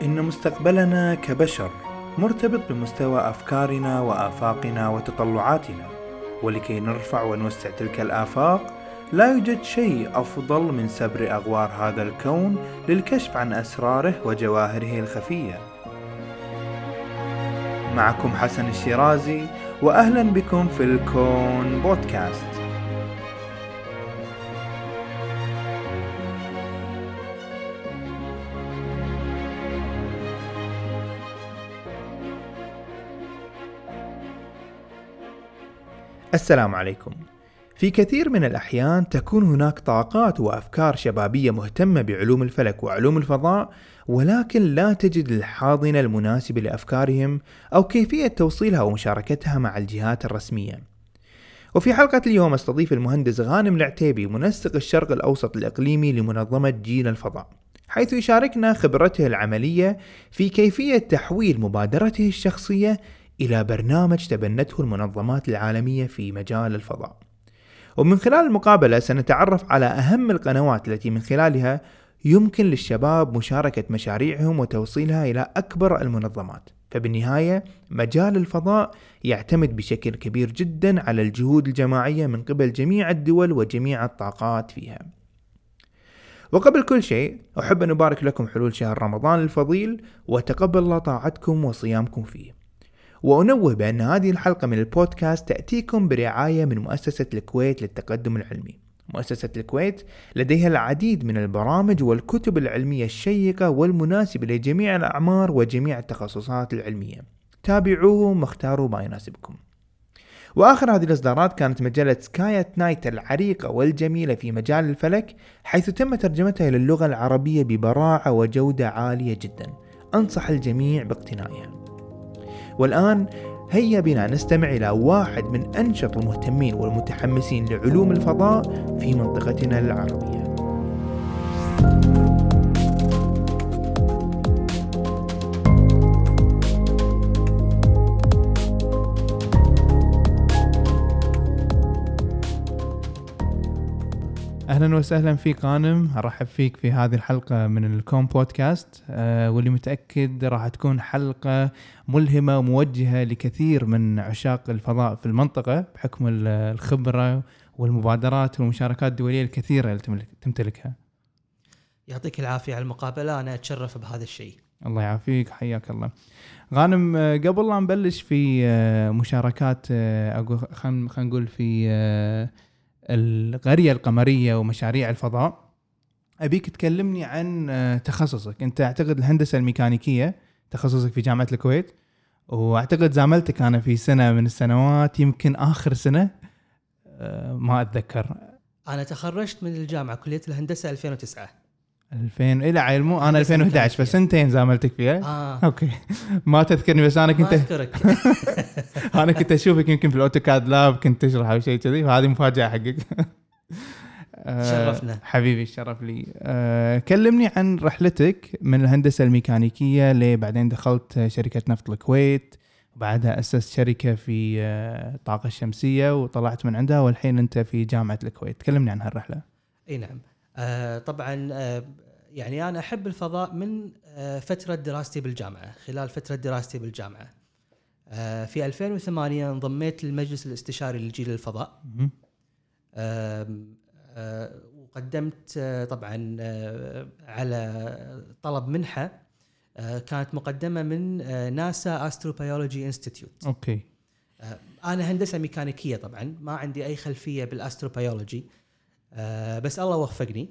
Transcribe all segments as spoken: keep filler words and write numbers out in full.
إن مستقبلنا كبشر مرتبط بمستوى أفكارنا وآفاقنا وتطلعاتنا، ولكي نرفع ونوسع تلك الآفاق لا يوجد شيء أفضل من سبر أغوار هذا الكون للكشف عن أسراره وجواهره الخفية. معكم حسن الشيرازي، وأهلا بكم في الكون بودكاست. السلام عليكم. في كثير من الأحيان تكون هناك طاقات وأفكار شبابية مهتمة بعلوم الفلك وعلوم الفضاء، ولكن لا تجد الحاضنة المناسبة لأفكارهم أو كيفية توصيلها ومشاركتها مع الجهات الرسمية. وفي حلقة اليوم استضيف المهندس غانم العتيبي، منسق الشرق الأوسط الإقليمي لمنظمة جيل الفضاء، حيث يشاركنا خبرته العملية في كيفية تحويل مبادرته الشخصية إلى برنامج تبنته المنظمات العالمية في مجال الفضاء. ومن خلال المقابلة سنتعرف على أهم القنوات التي من خلالها يمكن للشباب مشاركة مشاريعهم وتوصيلها إلى أكبر المنظمات. فبالنهاية مجال الفضاء يعتمد بشكل كبير جدا على الجهود الجماعية من قبل جميع الدول وجميع الطاقات فيها. وقبل كل شيء أحب أن أبارك لكم حلول شهر رمضان الفضيل، وتقبل الله طاعتكم وصيامكم فيه. وأنوه بأن هذه الحلقة من البودكاست تأتيكم برعاية من مؤسسة الكويت للتقدم العلمي. مؤسسة الكويت لديها العديد من البرامج والكتب العلمية الشيقة والمناسبة لجميع الأعمار وجميع التخصصات العلمية. تابعوهم واختاروا ما يناسبكم. وآخر هذه الإصدارات كانت مجلة سكاي ات نايت العريقة والجميلة في مجال الفلك، حيث تم ترجمتها إلى اللغة العربية ببراعة وجودة عالية جدا. أنصح الجميع باقتنائها. والآن هيا بنا نستمع إلى واحد من أنشط المهتمين والمتحمسين لعلوم الفضاء في منطقتنا العربية. أهلا وسهلا فيك غانم، أرحب فيك في هذه الحلقة من الكون بودكاست، أه واللي متأكد راح تكون حلقة ملهمة وموجهة لكثير من عشاق الفضاء في المنطقة، بحكم الخبرة والمبادرات والمشاركات الدولية الكثيرة اللي تمتلكها. يعطيك العافية على المقابلة، أنا أتشرف بهذا الشيء. الله يعافيك، حياك الله. غانم، قبل لا نبلش في مشاركات، خلينا نقول في القرية القمرية ومشاريع الفضاء، أبيك تكلمني عن تخصصك. أنت أعتقد الهندسة الميكانيكية تخصصك في جامعة الكويت، وأعتقد زاملتك أنا في سنة من السنوات، يمكن آخر سنة ما أتذكر. أنا تخرجت من الجامعة كلية الهندسة ألفين وتسعة. ألفين إلى علمو أنا ألفين وإحدى عشر، فسنتين زاملتك فيها. آه. أوكي. ما تذكرني، بس أنا كنت أذكرك. أنا كنت أشوفك يمكن في الأوتوكاد لاب، كنت تشرح أو شيء كذي، وهذه مفاجأة حقك. شرفنا. حبيبي، الشرف لي. أه كلمني عن رحلتك من الهندسة الميكانيكية ليه بعدين دخلت شركة نفط الكويت، وبعدها أسست شركة في الطاقة الشمسية وطلعت من عندها، والحين أنت في جامعة الكويت. كلمني عن هالرحلة. أي نعم. آه طبعا آه يعني أنا أحب الفضاء من آه فترة دراستي بالجامعة. خلال فترة دراستي بالجامعة آه في ألفين وثمانية انضميت للمجلس الاستشاري لجيل الفضاء. آه آه وقدمت آه طبعا آه على طلب منحة آه كانت مقدمة من آه ناسا أستروبيولوجي إنستيتيوت. أوكي. آه أنا هندسة ميكانيكية، طبعا ما عندي أي خلفية بالأستروبيولوجي، آه بس الله وفقني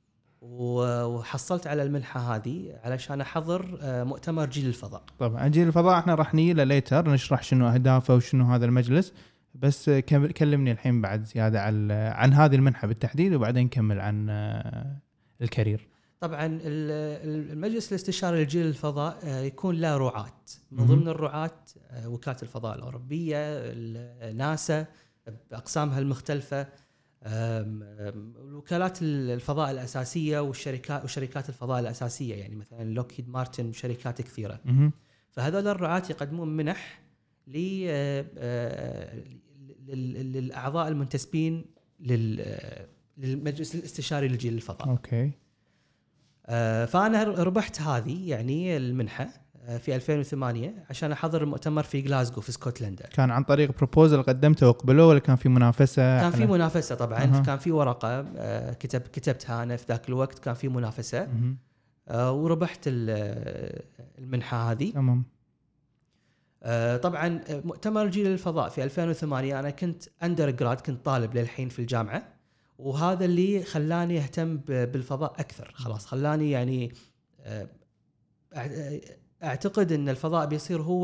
وحصلت على المنحة هذه علشان أحضر آه مؤتمر جيل الفضاء. طبعا جيل الفضاء احنا راح نيجي له ليتر، نشرح شنو أهدافه وشنو هذا المجلس، بس كلمني الحين بعد زيادة عن عن هذه المنحة بالتحديد، وبعدين نكمل عن الكارير. طبعا المجلس الاستشاري لجيل الفضاء يكون له رعاة، من ضمن الرعاة وكالة الفضاء الأوروبية، ناسا بأقسامها المختلفة، وكالات الفضاء الأساسية والشركات وشركات الفضاء الأساسية، يعني مثلا لوكهيد مارتن وشركات كثيرة. فهذول الرعاة يقدمون منح للأعضاء المنتسبين للمجلس الاستشاري لجيل الفضاء. أوكي. آه فانا ربحت هذه يعني المنحه في ألفين وثمانية عشان احضر المؤتمر في غلاسكو في اسكتلندا. كان عن طريق بروبوزل قدمته وقبلوه ولا كان في منافسه؟ كان في منافسه طبعا. أه. كان في ورقه آه كتب كتبتها انا في ذاك الوقت، كان في منافسه. آه وربحت المنحه هذه. تمام. آه طبعا مؤتمر جيل الفضاء في ألفين وثمانية انا كنت اندر جراد، كنت طالب للحين في الجامعه، وهذا اللي خلاني اهتم بالفضاء اكثر. خلاص خلاني يعني آه اعتقد ان الفضاء بيصير هو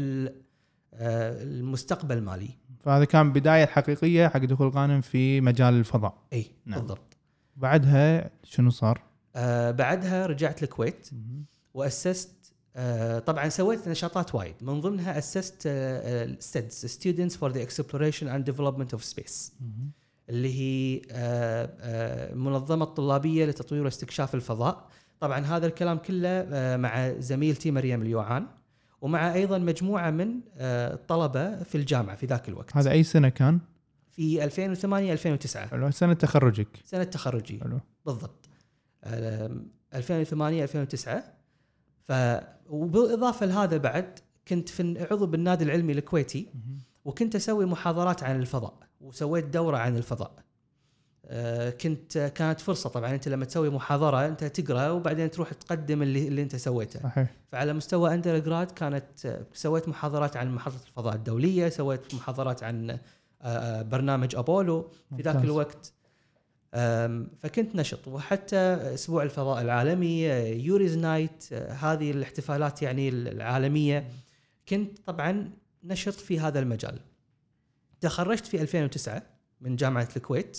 المستقبل مالي. فهذا كان بدايه حقيقيه حق دخول غانم في مجال الفضاء. اي نعم. بالضبط. بعدها شنو صار؟ آه بعدها رجعت الكويت واسست. آه طبعا سويت نشاطات وايد، من ضمنها اسست آه ستيدز Students for the Exploration and Development of Space، اللي هي آه آه المنظمه الطلابيه لتطوير واستكشاف الفضاء. طبعا هذا الكلام كله مع زميلتي مريم اليوعان، ومع أيضا مجموعة من الطلبة في الجامعة في ذاك الوقت. هذا أي سنة كان؟ في ألفين وثمانية ألفين وتسعة. حلو. سنة تخرجك؟ سنة تخرجي. حلو. بالضبط. ألفين وثمانية ألفين وتسعة. ف وبالإضافة لهذا بعد كنت في عضو بالنادي العلمي الكويتي، وكنت أسوي محاضرات عن الفضاء، وسويت دورة عن الفضاء. كنت كانت فرصة طبعا، أنت لما تسوي محاضرة أنت تقرأ وبعدين تروح تقدم اللي, اللي أنت سويته. صحيح. فعلى مستوى أندرجراد كانت سويت محاضرات عن محطة الفضاء الدولية، سويت محاضرات عن برنامج أبولو في ذاك الوقت. فكنت نشط. وحتى أسبوع الفضاء العالمي، يوريز نايت، هذه الاحتفالات يعني العالمية، كنت طبعا نشط في هذا المجال. تخرجت في ألفين وتسعة من جامعة الكويت،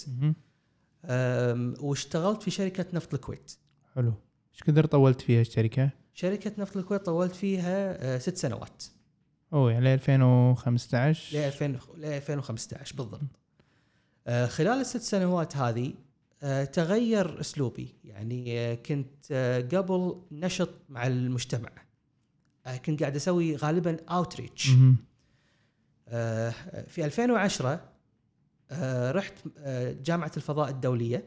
واشتغلت في شركة نفط الكويت. حلو. ايش قدر طولت فيها الشركة؟ شركة نفط الكويت طولت فيها ست سنوات. اوه يعني ألفين وخمسة عشر ل ألفين وخمسة عشر بالضبط. آه خلال الست سنوات هذه آه تغير اسلوبي. يعني آه كنت آه قبل نشط مع المجتمع، آه كنت قاعد اسوي غالبا اوتريتش. آه في ألفين وعشرة آه رحت آه جامعة الفضاء الدولية،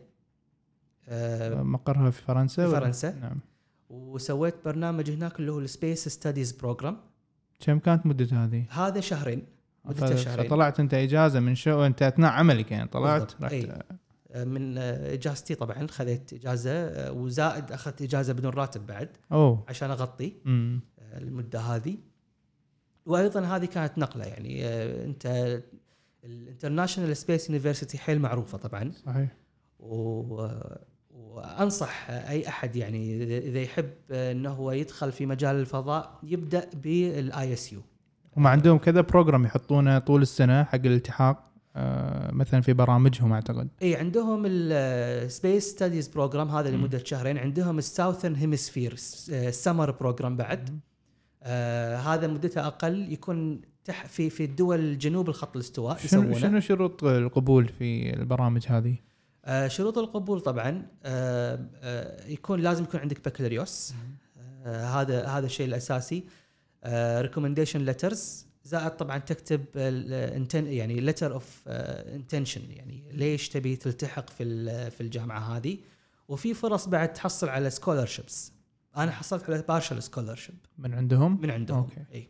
آه مقرها في فرنسا. في فرنسا. نعم. وسويت برنامج هناك اللي هو السبيس ستاديز بروجرام. كم كانت مدة هذه؟ هذا شهرين. مدة شهرين. فطلعت انت اجازة من شو انت اثناء عملك يعني طلعت رحت أي. من اجازتي طبعا خذيت اجازة، وزائد اخذت اجازة بدون راتب بعد. أوه. عشان اغطي مم. المدة هذه. وايضا هذه كانت نقلة يعني. انت الانترناشنال سبيس يونيفرسيتي حيل معروفة طبعا. صحيح. و... وانصح اي احد يعني اذا يحب انه هو يدخل في مجال الفضاء يبدا بالاي اس يو. هم عندهم كذا بروجرام يحطونه طول السنه حق الالتحاق، آه مثلا في برامجهم اعتقد. اي عندهم السبيس ستاديز بروجرام هذا لمده شهرين. عندهم الساوثرن هيمسفير سمر بروجرام بعد. آه هذا مدته اقل، يكون تح في في الدول جنوب الخط الاستواء. شنو شنو شروط القبول في البرامج هذه؟ آه شروط القبول طبعا آه آه يكون لازم يكون عندك بكالوريوس. آه هذا هذا الشيء الاساسي. ريكومنديشن ليترز، زائد طبعا تكتب يعني ليتر اوف انتنشن، يعني ليش تبي تلتحق في في الجامعه هذه. وفي فرص بعد تحصل على سكولرشيبس. انا حصلت على بارشل سكولرشيب من عندهم من عندهم أوكي. اي.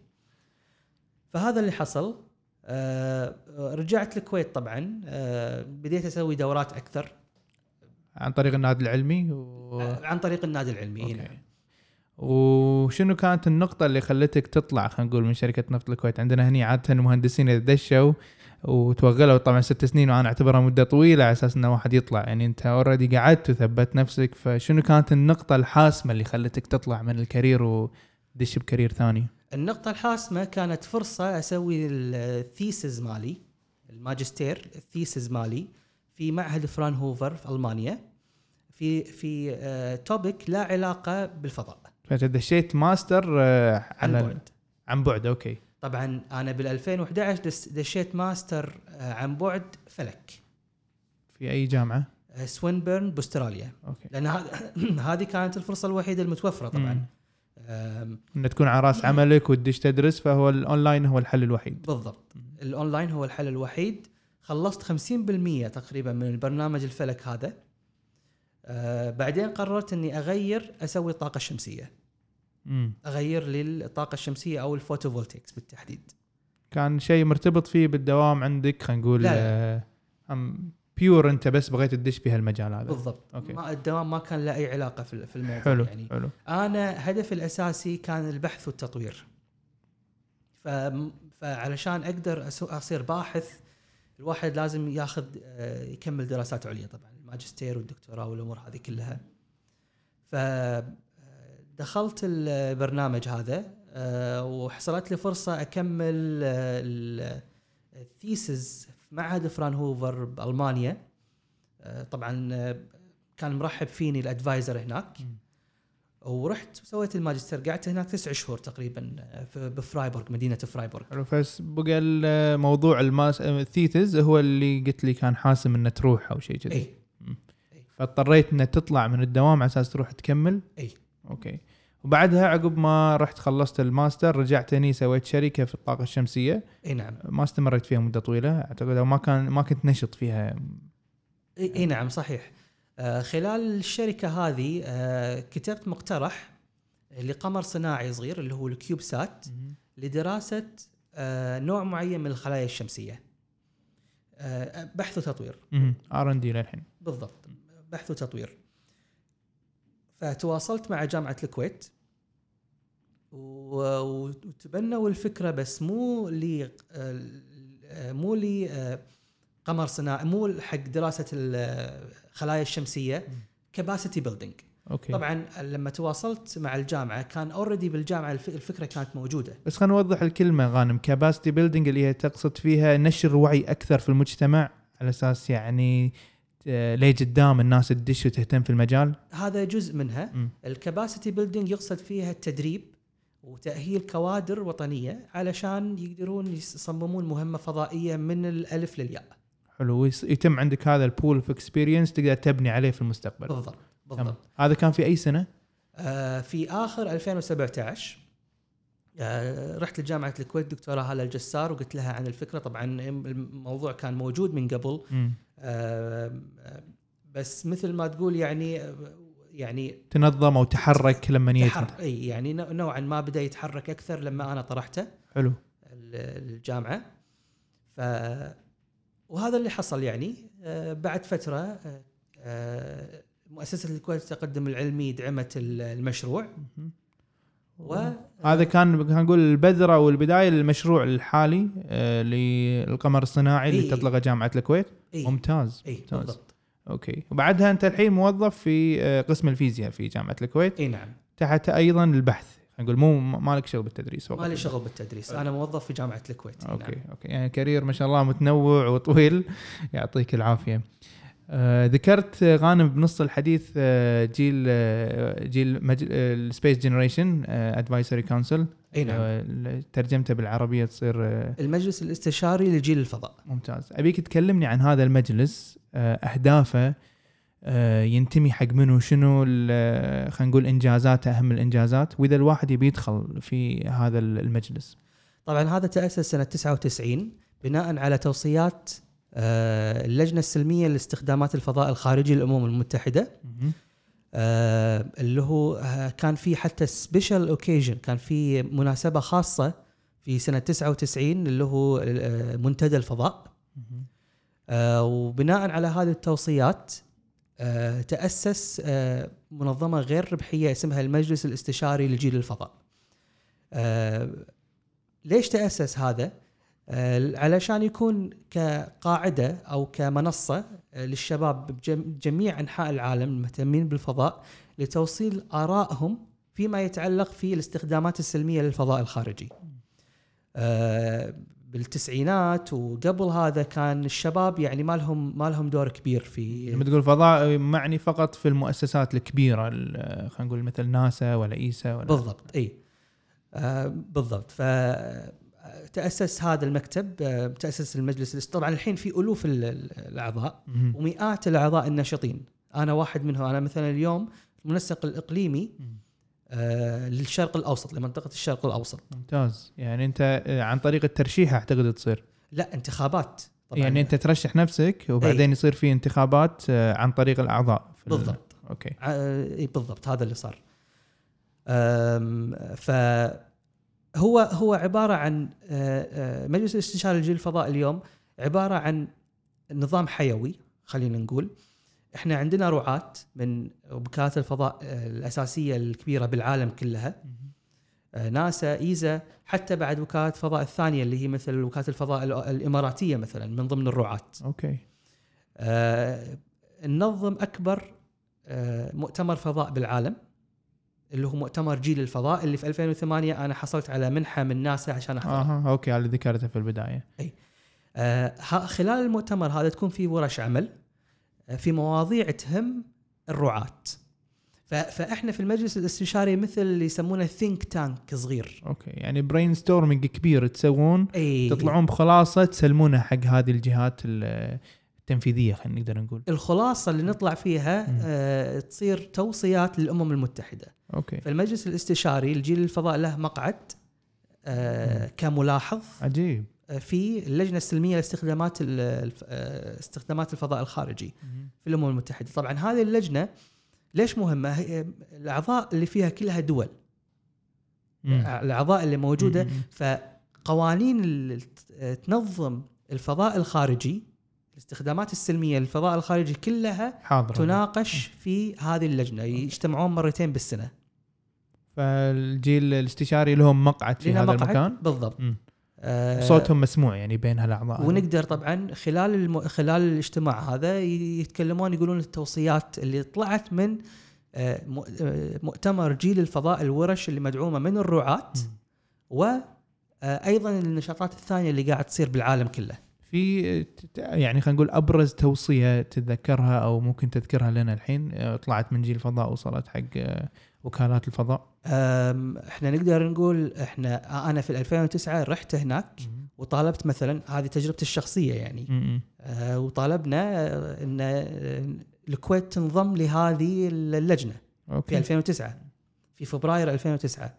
فهذا اللي حصل. آه رجعت الكويت طبعا. آه بديت اسوي دورات اكثر عن طريق النادي العلمي و... عن طريق النادي العلمي. نعم. وشنو كانت النقطة اللي خلتك تطلع خلينا نقول من شركة نفط الكويت؟ عندنا هني عادة المهندسين إذا دشوا وتوغلوا طبعا ست سنين، وأنا أعتبرها مدة طويلة على أساس إنه واحد يطلع، يعني أنت أوريدي قعدت وثبت نفسك. فشنو كانت النقطة الحاسمة اللي خلتك تطلع من الكارير ودش بكارير ثاني؟ النقطة الحاسمة كانت فرصة أسوي الثيسز مالي، الماجستير الثيسز مالي في معهد فرانهوفر في ألمانيا، في في توبيك لا علاقة بالفضاء. فدشيت ماستر على عن بعد. عن بعد أوكي. طبعا أنا بال ألفين وإحدى عشر دشيت ماستر عن بعد فلك. في أي جامعة؟ سوينبيرن باستراليا. أوكي. لأن هذه كانت الفرصة الوحيدة المتوفرة طبعا. إن تكون على رأس عملك وتدش تدرس، فهو الأونلاين هو الحل الوحيد. بالضبط. الأونلاين هو الحل الوحيد. خلصت خمسين بالمئة تقريبا من البرنامج الفلك هذا. آه بعدين قررت اني اغير اسوي الطاقه الشمسيه. امم اغير للطاقه الشمسيه او الفوتوفولتيكس بالتحديد. كان شيء مرتبط فيه بالدوام عندك، خلينا نقول لا ام بيور انت بس بغيت تدش في هالمجال هذا؟ بالضبط. أوكي. ما الدوام ما كان له اي علاقه في في الموضوع. حلو. يعني حلو. انا هدفي الاساسي كان البحث والتطوير. ف فعلشان اقدر اصير باحث الواحد لازم ياخذ يكمل دراسات عليا، طبعا الماجستير والدكتوراه والامور هذه كلها. فدخلت البرنامج هذا وحصلت لي فرصه اكمل الثيسز في معهد فرانهوفر بالمانيا. طبعا كان مرحب فيني الادفايزر هناك، ورحت وسويت الماجستير. قعدت هناك تسع شهور تقريبا بفرايبورغ، مدينه فرايبورغ. حلو. بس بقى الموضوع الماس الثيتز هو اللي قلت لي كان حاسم انه تروح او شيء كذا. اي فاضطريت انك تطلع من الدوام على اساس تروح تكمل. اي اوكي. وبعدها عقب ما رحت خلصت الماستر رجعت هني سويت شركه في الطاقه الشمسيه. اي نعم. ما استمريت فيها مده طويله اعتقد، او ما كان ما كنت نشط فيها. اي, أي نعم صحيح. آه خلال الشركه هذه آه كتبت مقترح لقمر صناعي صغير اللي هو الكيوب سات لدراسه آه نوع معين من الخلايا الشمسيه. آه بحث وتطوير. ار ان دي للحين. بالضبط، بحث وتطوير. فتواصلت مع جامعه الكويت وتبنوا الفكره، بس مو لي مو لي قمر صناعي، مو حق دراسه الخلايا الشمسيه، كاباسيتي بيلدينج. أوكي. طبعا لما تواصلت مع الجامعه كان اوريدي بالجامعه الفكره كانت موجوده. بس خلينا نوضح الكلمه غانم. كاباسيتي بيلدينج اللي هي تقصد فيها نشر وعي اكثر في المجتمع على اساس يعني ليه قدام الناس تدش وتهتم في المجال. هذا جزء منها. الكاباسيتي بيلدينج يقصد فيها التدريب وتأهيل كوادر وطنية علشان يقدرون يصممون مهمة فضائية من الألف للياء. حلو. يتم عندك هذا البول اوف اكسبيرينس تقدر تبني عليه في المستقبل. بالضبط بالضبط. هذا كان في أي سنة؟ آه في آخر ألفين وسبعة عشر. آه رحت لجامعة الكويت دكتورة هالة الجسار وقلت لها عن الفكرة. طبعا الموضوع كان موجود من قبل. آه بس مثل ما تقول يعني يعني تنظم أو تحرك لما نيت. أي يعني نوعا ما بدأ يتحرك أكثر لما أنا طرحته. حلو. الجامعة. ف وهذا اللي حصل يعني. آه بعد فترة آه مؤسسة الكويت التقدم العلمي دعمت المشروع. وهذا كان هنقول البذرة والبداية للمشروع الحالي آه للقمر الصناعي اللي تطلقه جامعة الكويت. أي. ممتاز. أي ممتاز. بالضبط. اوكي. وبعدها انت الحين موظف في قسم الفيزياء في جامعه الكويت. اي نعم. تحت ايضا البحث، نقول مو مالك شغل بالتدريس فقط. مالي شغل بالتدريس. انا موظف في جامعه الكويت. اوكي. نعم. اوكي يعني كارير ما شاء الله متنوع وطويل. يعطيك العافيه. آه ذكرت غانم بنص الحديث آه جيل آه جيل السبيس جنريشن ادفايسري كونسل. اي نعم. آه ترجمته بالعربيه تصير آه المجلس الاستشاري لجيل الفضاء. ممتاز. ابيك تكلمني عن هذا المجلس، آه اهدافه، آه ينتمي حق منه، شنو خلينا نقول انجازاته، اهم الانجازات، واذا الواحد يبي يدخل في هذا المجلس. طبعا هذا تأسس سنه تسعة وتسعين بناء على توصيات آه اللجنه السلميه لاستخدامات الفضاء الخارجي للامم المتحده. آه اللي هو آه كان في حتى سبيشال اوكيجن، كان في مناسبه خاصه في سنه تسعة وتسعين اللي هو آه منتدى الفضاء. آه وبناء على هذه التوصيات آه تأسس آه منظمة غير ربحية اسمها المجلس الاستشاري لجيل الفضاء. آه ليش تأسس هذا؟ آه علشان يكون كقاعدة أو كمنصة آه للشباب بجميع أنحاء العالم المهتمين بالفضاء لتوصيل آرائهم فيما يتعلق في الاستخدامات السلمية للفضاء الخارجي. آه بالتسعينات وقبل هذا كان الشباب يعني ما لهم ما لهم دور كبير في. لما تقول فضاء معني فقط في المؤسسات الكبيرة، خلينا نقول مثل ناسا ولا إيسا ولا. بالضبط. أي آه بالضبط. فتأسس هذا المكتب، آه تأسس المجلس. طبعا الحين في ألوف الأعضاء ومئات الأعضاء الناشطين. أنا واحد منهم. أنا مثلا اليوم المنسق الإقليمي آه للشرق الأوسط، لمنطقة الشرق الأوسط. ممتاز. يعني أنت عن طريق الترشيح أعتقد تصير. لا انتخابات طبعا. يعني أنت ترشح نفسك وبعدين أي. يصير في انتخابات عن طريق الأعضاء. بالضبط. اوكي اي بالضبط هذا اللي صار. فهو هو عباره عن مجلس الاستشاري لجيل الفضاء اليوم عباره عن نظام حيوي. خلينا نقول احنا عندنا رعاة من وكالات الفضاء الاساسيه الكبيره بالعالم كلها، ناسا، إيزا، حتى بعد وكالات الفضاء الثانيه اللي هي مثل وكاله الفضاء الاماراتيه مثلا من ضمن الرعاة. اوكي. آه ننظم اكبر آه مؤتمر فضاء بالعالم اللي هو مؤتمر جيل الفضاء اللي في ألفين وثمانية انا حصلت على منحه من ناسا عشان احضره. اه اوكي على ذكرته في البدايه. اي آه خلال المؤتمر هذا تكون في ورش عمل في مواضيع تهم الرعاة. فاحنا في المجلس الاستشاري مثل اللي يسمونه ثينك تانك صغير. اوكي يعني برين ستورمينج كبير تسوون، أي. تطلعون بخلاصه تسلمونها حق هذه الجهات التنفيذيه خلينا نقدر نقول. الخلاصه اللي نطلع فيها آه تصير توصيات للامم المتحده. اوكي. فالمجلس الاستشاري الجيل الفضاء له مقعد آه كملاحظ عجيب في اللجنه السلميه لاستخدامات استخدامات الفضاء الخارجي في الامم المتحده. طبعا هذه اللجنه ليش مهمه؟ الاعضاء اللي فيها كلها دول. مم. الاعضاء اللي موجوده مم. فقوانين اللي تنظم الفضاء الخارجي الاستخدامات السلميه للفضاء الخارجي كلها حاضرة. تناقش في هذه اللجنه، يجتمعون مرتين بالسنه. فالجيل الاستشاري لهم مقعد في هذا مقعد المكان بالضبط. مم. صوتهم مسموع يعني بين هالاعضاء. ونقدر طبعا خلال الم... خلال الاجتماع هذا يتكلمون يقولون التوصيات اللي طلعت من مؤتمر جيل الفضاء، الورش اللي مدعومه من الرعاة، وايضا النشاطات الثانيه اللي قاعد تصير بالعالم كله. في يعني خلينا نقول ابرز توصيه تتذكرها او ممكن تذكرها لنا الحين طلعت من جيل الفضاء وصلت حق وكالات الفضاء؟ احنا نقدر نقول احنا انا في ألفين وتسعة رحت هناك م- وطالبت مثلا، هذه تجربتي الشخصيه يعني م- اه وطالبنا ان الكويت تنضم لهذه اللجنه. أوكي. في ألفين وتسعة في فبراير ألفين وتسعة.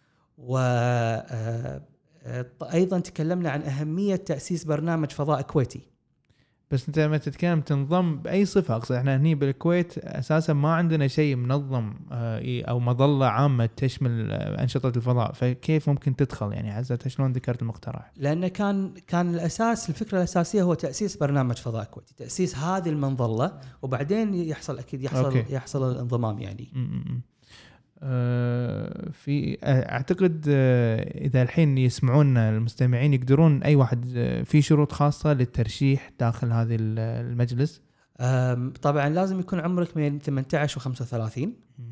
وايضا تكلمنا عن اهميه تاسيس برنامج فضاء كويتي. بس انت لما تتكلم تنظم باي صفه؟ اقصد احنا هني بالكويت اساسا ما عندنا شيء منظم او مظله عامه تشمل انشطه الفضاء، فكيف ممكن تدخل يعني حسيت شلون ذكرت المقترح؟ لان كان كان الاساس الفكره الاساسيه هو تاسيس برنامج فضاء كويتي، تاسيس هذه المنظله، وبعدين يحصل اكيد يحصل أوكي. يحصل الانضمام يعني. م-م. أه في اعتقد اذا الحين يسمعونا المستمعين يقدرون اي واحد في شروط خاصه للترشيح داخل هذه المجلس؟ طبعا لازم يكون عمرك من ثمانية عشر وخمسة وثلاثين.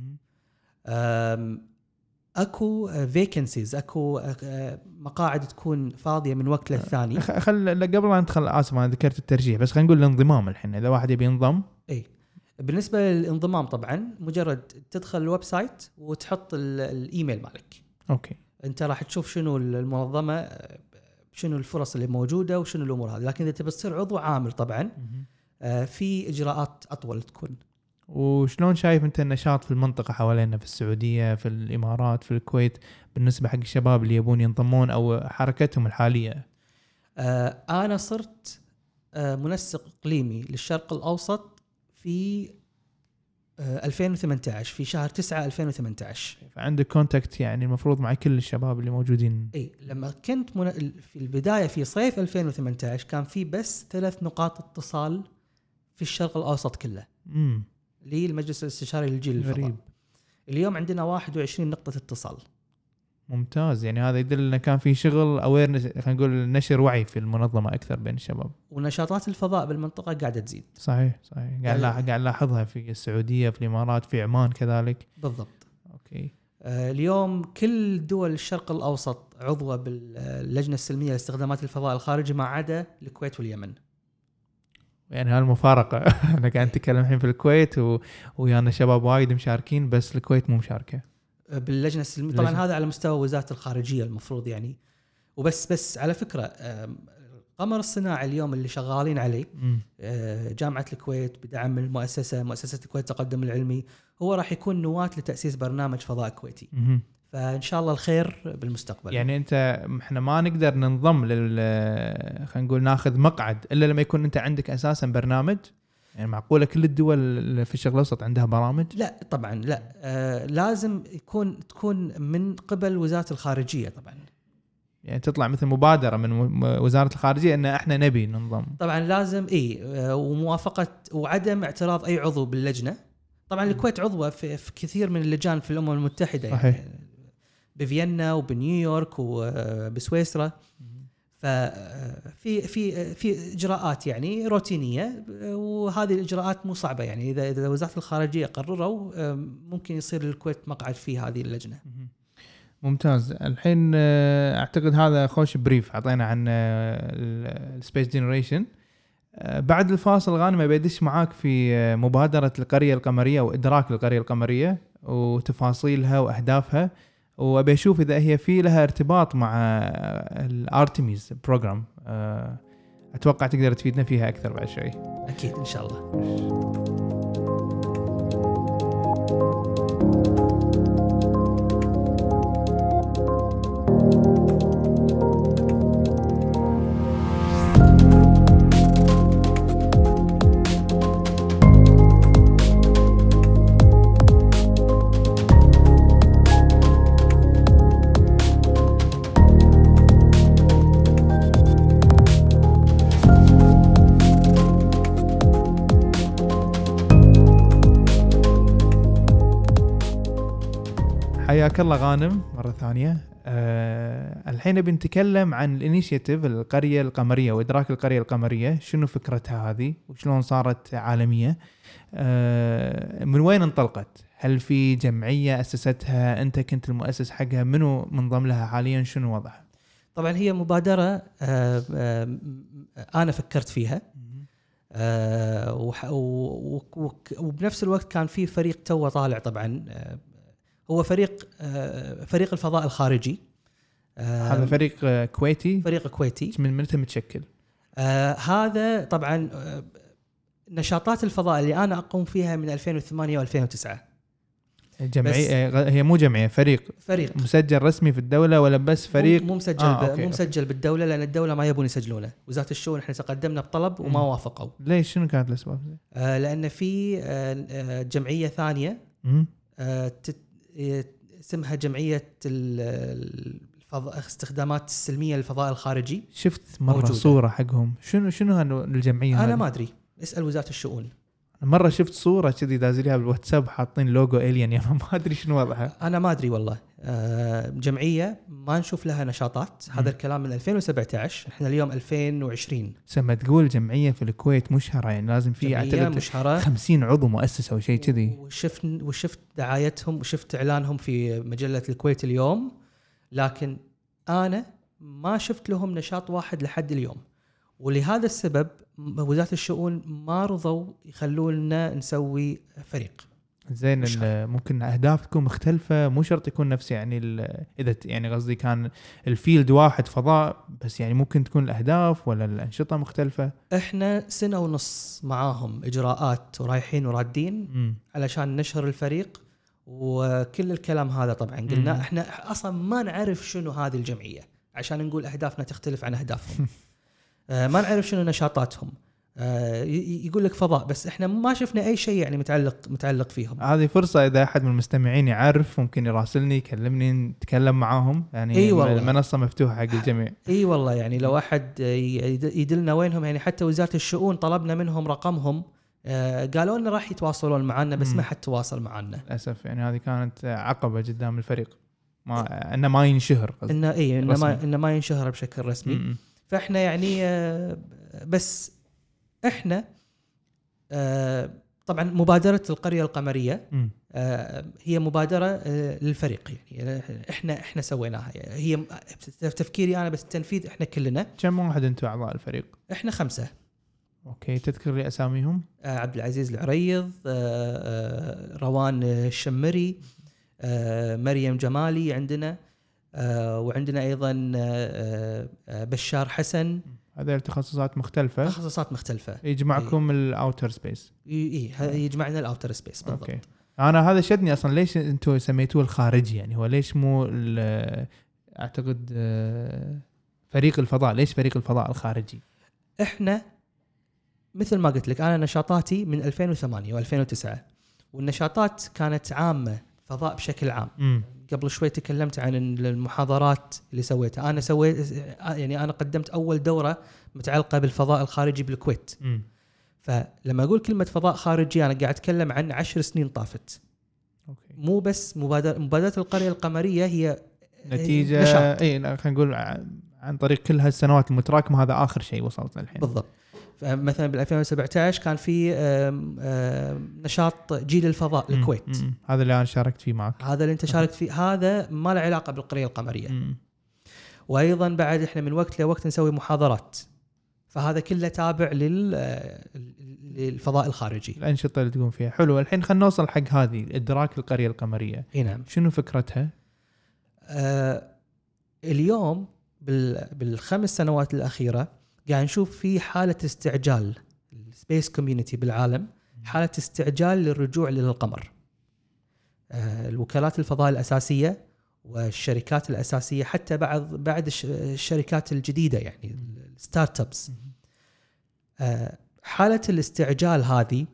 اكو فيكنسيز، اكو مقاعد تكون فاضيه من وقت للثاني. خل قبل ما ندخل اسف انا ذكرت الترشيح، بس خلينا نقول الانضمام الحين اذا واحد يبي ينضم. اي بالنسبه للانضمام طبعا مجرد تدخل الويب سايت وتحط الايميل مالك. اوكي. انت راح تشوف شنو المنظمه، شنو الفرص اللي موجوده وشنو الامور هذه. لكن اذا تبي تصير عضو عامل طبعا آه في اجراءات اطول تكون. وشلون شايف انت النشاط في المنطقه حوالينا في السعوديه، في الامارات، في الكويت، بالنسبه حق الشباب اللي يبون ينضمون او حركتهم الحاليه؟ آه انا صرت آه منسق اقليمي للشرق الاوسط في ألفين وثمانية عشر، في شهر تسعة ألفين وثمانية عشر. فعندك كونتاكت يعني المفروض مع كل الشباب اللي موجودين. اي لما كنت من... في البدايه في صيف ألفين وثمانية عشر كان في بس ثلاث نقاط اتصال في الشرق الاوسط كله امم للمجلس الاستشاري للجيل الفضاء. اليوم عندنا واحد وعشرين نقطه اتصال. ممتاز، يعني هذا يدل ان كان في شغل اويرنس، خلينا نقول نشر وعي في المنظمه اكثر بين الشباب. ونشاطات الفضاء بالمنطقه قاعده تزيد. صحيح صحيح، قاعد قاعد نلاحظها في السعوديه، في الامارات، في عمان كذلك. بالضبط. اوكي. آه اليوم كل دول الشرق الاوسط عضوه باللجنه السلميه لاستخدامات الفضاء الخارجي ما عدا الكويت واليمن. يعني هالمفارقه انا قاعد اتكلم الحين في الكويت و... ويانا شباب وايد مشاركين، بس الكويت مو مشاركه باللجنه السلميه. طبعا هذا على مستوى وزاره الخارجيه المفروض يعني. وبس بس على فكره القمر الصناعي اليوم اللي شغالين عليه م. جامعه الكويت بدعم المؤسسه مؤسسه الكويت التقدم العلمي، هو راح يكون نواه لتاسيس برنامج فضاء كويتي. م. فان شاء الله الخير بالمستقبل. يعني انت احنا ما نقدر ننضم لل خلينا نقول ناخذ مقعد الا لما يكون انت عندك اساسا برنامج. يعني معقولة كل الدول اللي في الشرق الأوسط عندها برامج؟ لا طبعا لا، آه لازم يكون تكون من قبل وزارة الخارجية طبعا، يعني تطلع مثل مبادرة من وزارة الخارجية إن إحنا نبي ننضم. طبعا لازم إيه، آه وموافقة وعدم اعتراض أي عضو باللجنة. طبعا الكويت عضوة في, في كثير من اللجان في الأمم المتحدة، صحيح. يعني بفيينا وبنيويورك وبسويسرا. ففي في في اجراءات يعني روتينيه، وهذه الاجراءات مو صعبه، يعني اذا اذا وزاره الخارجيه قرروا ممكن يصير للكويت مقعد في هذه اللجنه. ممتاز. الحين اعتقد هذا خوش بريف اعطينا عن السبيس جنريشن. بعد الفاصل غانم بيدش معاك في مبادره القريه القمريه وادراك القريه القمريه وتفاصيلها واهدافها، وأبي أشوف إذا هي في لها ارتباط مع الارتميز بروجرام. أتوقع تقدر تفيدنا فيها أكثر بعد شوي. أكيد إن شاء الله. حياك الله غانم مرة ثانية. أه الحين بنتكلم عن الانيشيتيف القرية القمرية وإدراك القرية القمرية. شنو فكرتها هذه وشلون صارت عالمية؟ أه من وين انطلقت؟ هل في جمعية أسستها؟ أنت كنت المؤسس حقها؟ منو منضم لها حاليا؟ شنو وضعها؟ طبعا هي مبادرة أه أه أنا فكرت فيها، أه وبنفس الوقت كان في فريق تو طالع طبعا، أه هو فريق فريق الفضاء الخارجي. هذا فريق كويتي؟ فريق كويتي. من متى متشكل؟ آه هذا طبعا نشاطات الفضاء اللي أنا أقوم فيها من ألفين وثمانية وألفين وتسعة. جمعية؟ هي مو جمعية، فريق فريق مسجل رسمي في الدولة ولا بس فريق؟ مو مسجل آه، مو مسجل بالدولة، لأن الدولة ما يبون يسجلونه. وزارة الشؤون احنا تقدمنا بطلب وما م. وافقوا. ليش؟ شنو كانت الأسباب؟ آه لأن في آه جمعية ثانية آه اسمها جمعية الفضاء استخدامات السلمية للفضاء الخارجي. شفت مرة موجودة. صورة حقهم. شنو شنو هالجمعية؟ أنا هذه؟ ما أدري، اسأل وزارة الشؤون. مرة شفت صورة كذي دازليها بالواتساب حاطين لوجو إليان، يعني ما أدري شنو وضعها. أنا ما أدري والله. آه جمعية ما نشوف لها نشاطات. م. هذا الكلام من ألفين وسبعة عشر، إحنا اليوم ألفين وعشرين. سما تقول جمعية في الكويت مشهرة، يعني لازم في أعتقد خمسين عضو مؤسسة أو شيء كذي. وشفت وشفت دعايتهم وشفت إعلانهم في مجلة الكويت اليوم، لكن أنا ما شفت لهم نشاط واحد لحد اليوم. ولهذا السبب وزارة الشؤون ما رضوا يخلونا نسوي فريق. زين، ممكن أهداف تكون مختلفة، مو شرط يكون نفس يعني إذا يعني قصدي كان الفيلد واحد فضاء بس، يعني ممكن تكون الأهداف ولا الأنشطة مختلفة. إحنا سنة ونص معاهم إجراءات ورايحين ورادين م. علشان نشهر الفريق وكل الكلام هذا. طبعا قلنا م. إحنا أصلا ما نعرف شنو هذه الجمعية عشان نقول أهدافنا تختلف عن أهدافهم. ما نعرف شنو نشاطاتهم. يقول لك فضاء بس احنا ما شفنا اي شيء يعني متعلق متعلق فيهم. هذه فرصه اذا احد من المستمعين يعرف ممكن يراسلني يكلمني نتكلم معاهم، يعني أي المنصه مفتوحه حق الجميع. اي والله، يعني لو احد يدلنا وينهم، يعني حتى وزاره الشؤون طلبنا منهم رقمهم، قالوا لنا راح يتواصلون معنا بس م. ما حد تواصل معنا للاسف. يعني هذه كانت عقبه قدام الفريق، ما انه ما ينشهر، انه اي انه ما انه ما ينشهر بشكل رسمي. م. فاحنا يعني بس احنا طبعا مبادرة القرية القمرية هي مبادرة للفريق، يعني احنا احنا سويناها. هي تفكيري انا بس التنفيذ احنا كلنا. كم واحد انتم اعضاء الفريق؟ احنا خمسة. اوكي، تذكر لي اساميهم؟ عبد العزيز العريض، روان الشمري، مريم جمالي عندنا، وعندنا ايضا بشار حسن. هذه التخصصات مختلفة. تخصصات مختلفة. يجمعكم الاوتر سبيس. اي يجمعنا الاوتر سبيس بالضبط. أوكي. انا هذا شدني اصلا، ليش انتم سميتوه الخارجي؟ يعني هو ليش مو اعتقد فريق الفضاء؟ ليش فريق الفضاء الخارجي؟ احنا مثل ما قلت لك أنا نشاطاتي من ألفين وثمانية وألفين وتسعة، والنشاطات كانت عامة، فضاء بشكل عام. م. قبل شوي تكلمت عن المحاضرات اللي سويتها. أنا سويت يعني أنا قدمت أول دورة متعلقة بالفضاء الخارجي بالكويت. م. فلما أقول كلمة فضاء خارجي أنا قاعد أتكلم عن عشر سنين طافت. أوكي. مو بس مبادرة مبادرة القرية القمرية هي نتيجة إيه خلينا نقول عن طريق كل هالسنوات المتراكمة، هذا آخر شيء وصلت الحين. بالضبط. مثلا بال ألفين وسبعة عشر كان في آم آم نشاط جيل الفضاء للكويت. م- م- هذا اللي أنا شاركت فيه معك. هذا اللي أنت شاركت فيه، هذا ما له علاقة بالقرية القمرية. م- وأيضا بعد إحنا من وقت لوقت نسوي محاضرات، فهذا كله تابع للفضاء الخارجي، الأنشطة اللي تقوم فيها. حلو. الحين خلينا نوصل حق هذه إدراك القرية القمرية. نعم. شنو فكرتها؟ آه اليوم بالخمس سنوات الأخيرة قاعد نشوف في حالة استعجال السبيس كوميونيتي بالعالم، حالة استعجال للرجوع للقمر. آه الوكالات الفضاء الأساسية والشركات الأساسية، حتى بعض بعد الشركات الجديدة يعني الستارت ابس، آه حالة الاستعجال هذه.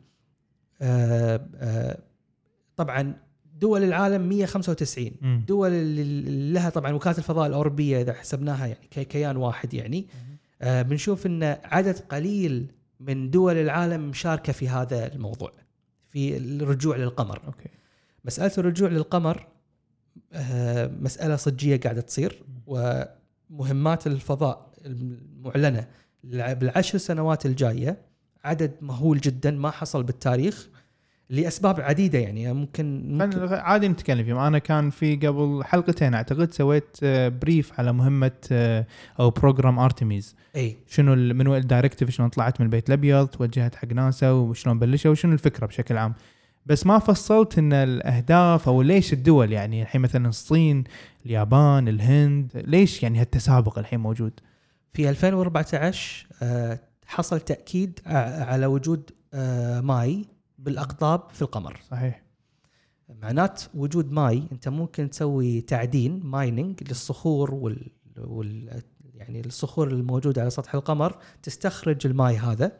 آه آه طبعا دول العالم مية وخمسة وتسعين م. دول اللي لها طبعا وكالة الفضاء الأوروبية إذا حسبناها يعني كيان واحد يعني آه بنشوف إن عدد قليل من دول العالم مشاركة في هذا الموضوع، في الرجوع للقمر. أوكي. مسألة الرجوع للقمر آه مسألة صجية قاعدة تصير، ومهمات الفضاء المعلنة بالعشر سنوات الجاية عدد مهول جدا ما حصل بالتاريخ لأسباب عديدة. يعني ممكن, ممكن عادي نتكلم فيهم. أنا كان في قبل حلقتين أعتقد سويت بريف على مهمة أو بروجرام أرتميز. أي. شنو منو الدايركتيف، شلون طلعت من البيت الأبيض توجهت حق ناسا وشلون بلشوا وشنو الفكرة بشكل عام. بس ما فصلت إن الأهداف أو ليش الدول، يعني الحين مثلا الصين، اليابان، الهند، ليش يعني هالتسابق الحين موجود. في ألفين وأربعة عشر آه حصل تأكيد على وجود آه ماي بالأقطاب في القمر. صحيح. معنات وجود ماي أنت ممكن تسوي تعدين مايننج للصخور وال, وال يعني الصخور الموجودة على سطح القمر، تستخرج الماي هذا.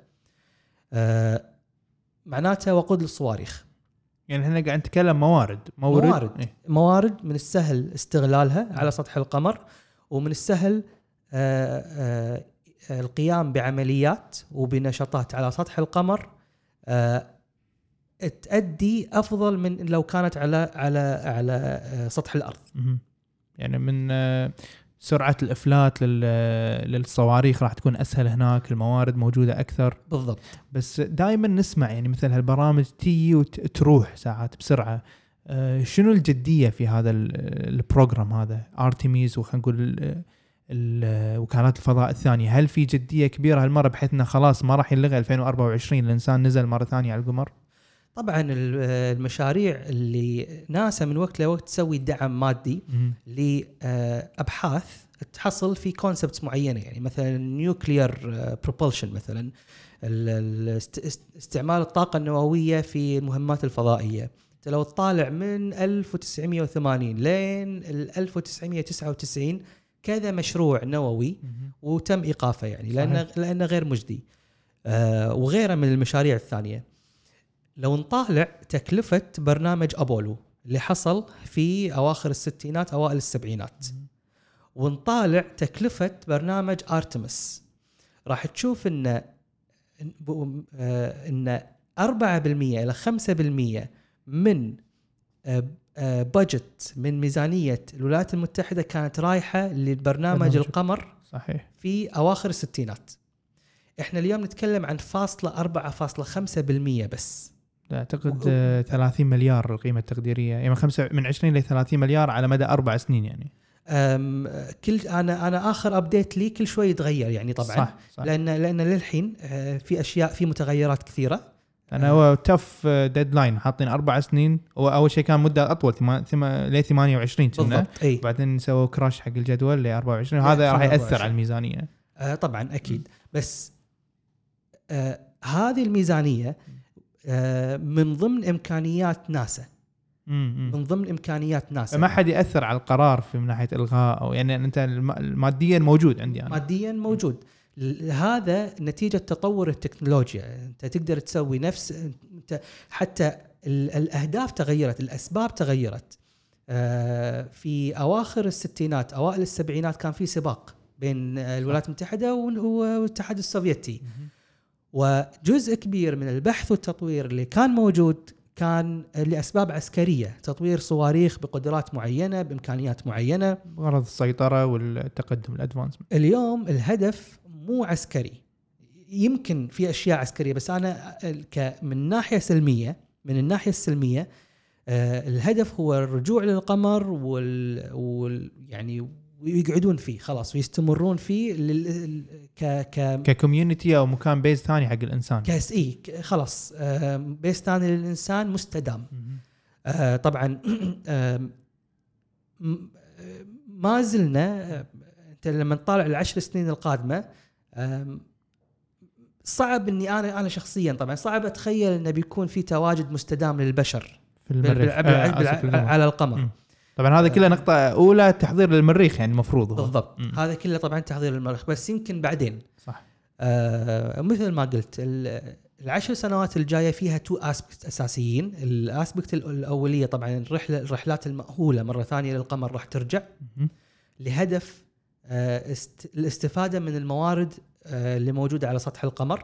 آه معناته وقود للصواريخ. يعني احنا قاعد نتكلم موارد موارد موارد, إيه؟ موارد من السهل استغلالها على سطح القمر، ومن السهل آه آه القيام بعمليات وبنشاطات على سطح القمر آه تؤدي أفضل من لو كانت على على على سطح الأرض. يعني من سرعة الإفلات للصواريخ راح تكون أسهل هناك، الموارد موجودة أكثر. بالضبط. بس دائما نسمع يعني مثل هالبرامج تيجي وتروح ساعات بسرعة. شنو الجدية في هذا البروجرام هذا أرتميز، وخلينا نقول وكالات الفضاء الثانية؟ هل في جدية كبيرة هالمرة بحيث إنه خلاص ما راح يلغي ألفين وأربعة وعشرين الإنسان نزل مرة ثانية على القمر؟ طبعا المشاريع اللي ناسا من وقت لوقت تسوي دعم مادي لأبحاث تحصل في كونسبتس معينة، يعني مثلا نيوكليير بروبولشن، مثلا استعمال الطاقة النووية في المهمات الفضائية. لو تطالع من ألف وتسعمية وثمانين لين ألف وتسعمية وتسعة وتسعين كذا مشروع نووي وتم إيقافه، يعني لأنه لأنه غير مجدي، آه وغيره من المشاريع الثانية. لو نطالع تكلفة برنامج أبولو اللي حصل في أواخر الستينات أوائل السبعينات، ونطالع تكلفة برنامج أرتمس، راح تشوف إن إن أربعة بالمئة إلى خمسة بالمئة من بادجت من ميزانية الولايات المتحدة كانت رايحة للبرنامج القمر. صحيح. في أواخر الستينات. إحنا اليوم نتكلم عن فاصلة أربعة فاصلة خمسة بالمئة بس. أعتقد ثلاثين مليار القيمة التقديرية، يعني خمسة من عشرين إلى ثلاثين مليار على مدى أربع سنين. يعني كل أنا أنا آخر أبديت لي كل شوي يتغير يعني طبعًا. صح صح. لأن لأن للحين في أشياء في متغيرات كثيرة. أنا هو تف ديدلاين حاطين أربع سنين، وأول شيء كان مدة أطول ثم ليه ثمانية وعشرين سنة، بعدين سووا كراش حق الجدول لأربعة وعشرين، وهذا راح يأثر على الميزانية. آه طبعًا أكيد. بس آه هذه الميزانية آه من ضمن إمكانيات ناسا. من ضمن إمكانيات ناسا. ما حد يأثر على القرار في من ناحية إلغاء أو يعني أنت الماديا موجود عندي أنا. ماديا موجود، هذا نتيجة تطور التكنولوجيا. أنت تقدر تسوي نفس أنت حتى الأهداف تغيرت، الأسباب تغيرت. في أواخر الستينات أوائل السبعينات كان في سباق بين الولايات المتحدة والاتحاد السوفيتي، وجزء كبير من البحث والتطوير اللي كان موجود كان لأسباب عسكرية، تطوير صواريخ بقدرات معينة بإمكانيات معينة بغرض السيطرة والتقدم الأدفانسمنت. اليوم الهدف مو عسكري، يمكن في أشياء عسكرية بس أنا من ناحية سلمية، من الناحية السلمية آه الهدف هو الرجوع للقمر وال, وال يعني ويقعدون فيه خلاص ويستمرون فيه لل... ك ك ككوميونتي او مكان بيز ثاني حق الانسان. كاس اي خلاص آه بيز ثاني للانسان مستدام. آه طبعا آه ما زلنا انت لما نطالع العشر سنين القادمه آه صعب اني انا انا شخصيا طبعا صعب اتخيل انه بيكون في تواجد مستدام للبشر في المريخ آه على القمر. م. طبعا هذا كله نقطة أولى تحضير للمريخ يعني المفروض بالضبط. م. هذا كله طبعا تحضير للمريخ بس يمكن بعدين صح. آه مثل ما قلت العشر سنوات الجاية فيها تو أسبكت أساسيين. الأسبكت الأولية طبعا الرحلة الرحلات المأهولة مرة ثانية للقمر راح ترجع م. لهدف آه است الاستفادة من الموارد آه اللي موجودة على سطح القمر